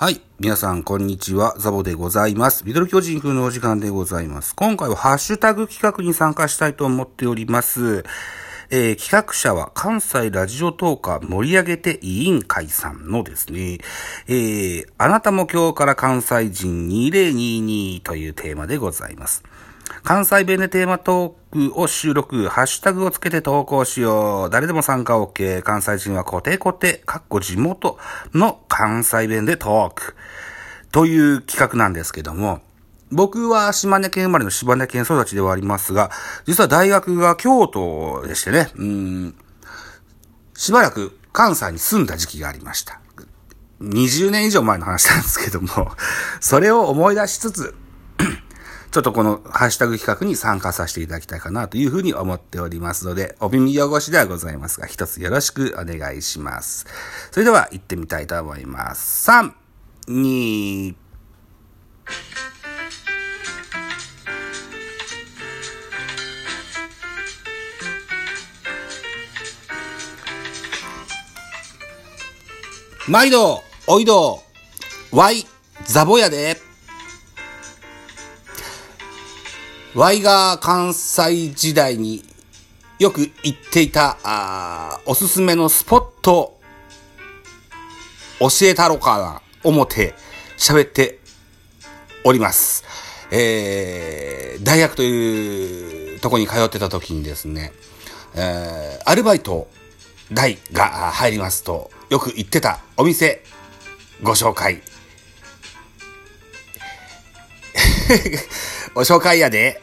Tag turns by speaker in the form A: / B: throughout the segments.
A: はい。皆さん、こんにちは。ザボでございます。ミドル巨人くんのお時間でございます。今回はハッシュタグ企画に参加したいと思っております。企画者は関西ラジオトーカー盛り上げて委員会さんのですね、あなたも今日から関西人2022というテーマでございます。関西弁でテーマトークを収録、ハッシュタグをつけて投稿しよう。誰でも参加 OK。関西人はコテコテ、地元の関西弁でトーク。という企画なんですけども、僕は島根県生まれの島根県育ちではありますが、実は大学が京都でしてね、しばらく関西に住んだ時期がありました。20年以上前の話なんですけども、それを思い出しつつ、ちょっとこのハッシュタグ企画に参加させていただきたいかなというふうに思っておりますので、お耳汚しではございますが、一つよろしくお願いします。それでは行ってみたいと思います。3、2、毎度、おいど、わい、ザボやで。わいが関西時代によく行っていたおすすめのスポット教えたろかな思って喋っております。大学というとこに通ってた時にですね、アルバイト代が入りますとよく行ってたお店ご紹介お紹介やで。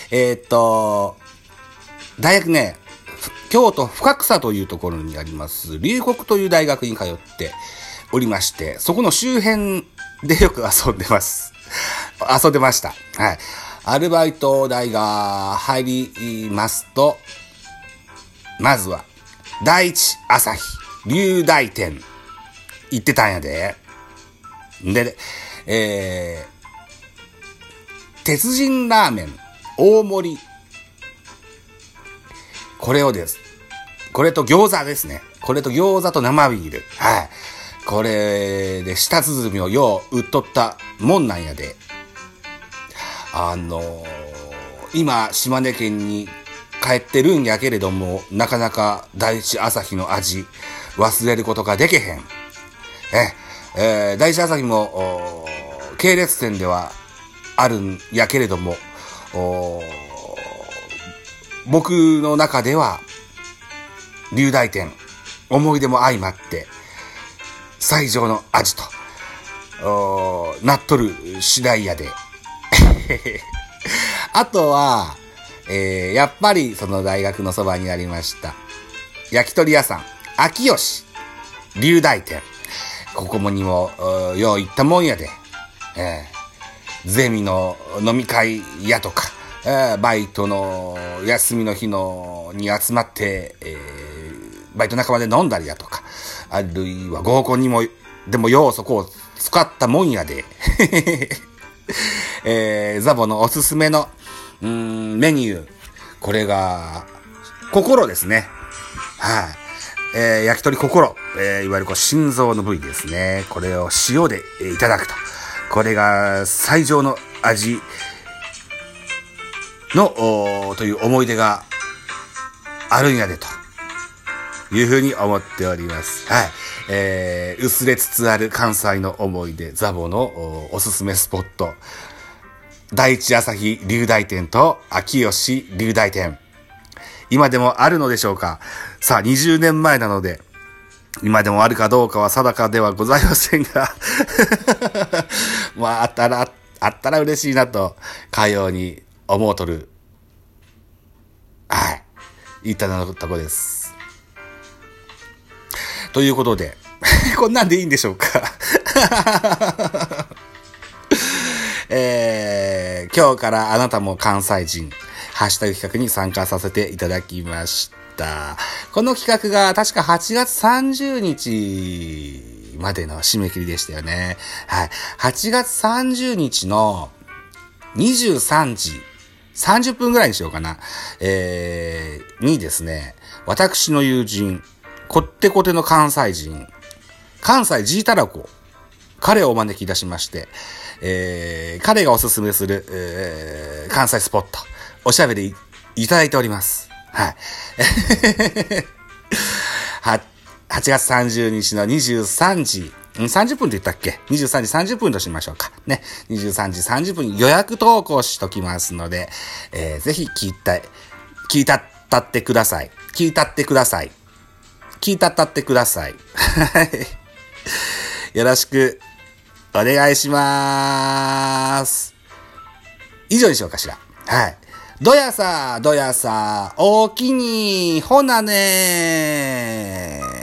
A: 大学ね、京都深草というところにあります、龍谷という大学に通っておりまして、そこの周辺でよく遊んでました。はい。アルバイト代が入りますと、まずは、第一朝日、龍大店、行ってたんやで。で、鉄人ラーメン大盛り、これと餃子ですね。これと餃子と生ビール、はい、これで舌鼓をよう売っとったもんなんやで。今島根県に帰ってるんやけれども、なかなか第一朝日の味忘れることができへん。第一朝日も系列店ではあるんやけれども、僕の中では龍大店思い出も相まって最上の味となっとる次第やであとは、やっぱりその大学のそばにありました焼き鳥屋さん秋吉龍大店、ここにもよう行ったもんやで。ゼミの飲み会やとか、バイトの休みの日に集まって、バイト仲間で飲んだりやとか、あるいは合コンにもでもようそこを使ったもんやでザボのおすすめのメニュー、これが心ですね。はい。焼き鳥心、いわゆる心臓の部位ですね。これを塩でいただくと、これが最上の味のという思い出があるんやでというふうに思っております。はい。薄れつつある関西の思い出、ザボのおすすめスポット、第一朝日龍大店と秋吉龍大店、今でもあるのでしょうか。さあ、20年前なので今でもあるかどうかは定かではございませんがまああったら嬉しいなとかように思うとる、はい、言ったのとこです。ということでこんなんでいいんでしょうか今日からあなたも関西人ハッシュタグ企画に参加させていただきました。この企画が確か8月30日までの締め切りでしたよね。はい。8月30日の23時30分ぐらいにしようかな。にですね、私の友人、こってこての関西人、関西ジータラコ彼をお招きいたしまして、彼がおすすめする、関西スポット、おしゃべりいただいております。はい。8月30日の23時、30分って言ったっけ ?23 時30分としましょうか。ね。23時30分に予約投稿しときますので、ぜひ聞いたったってください。聞いたったってください。はい。よろしくお願いします。以上にしようかしら。はい。どやさ、おおきに、ほなねー。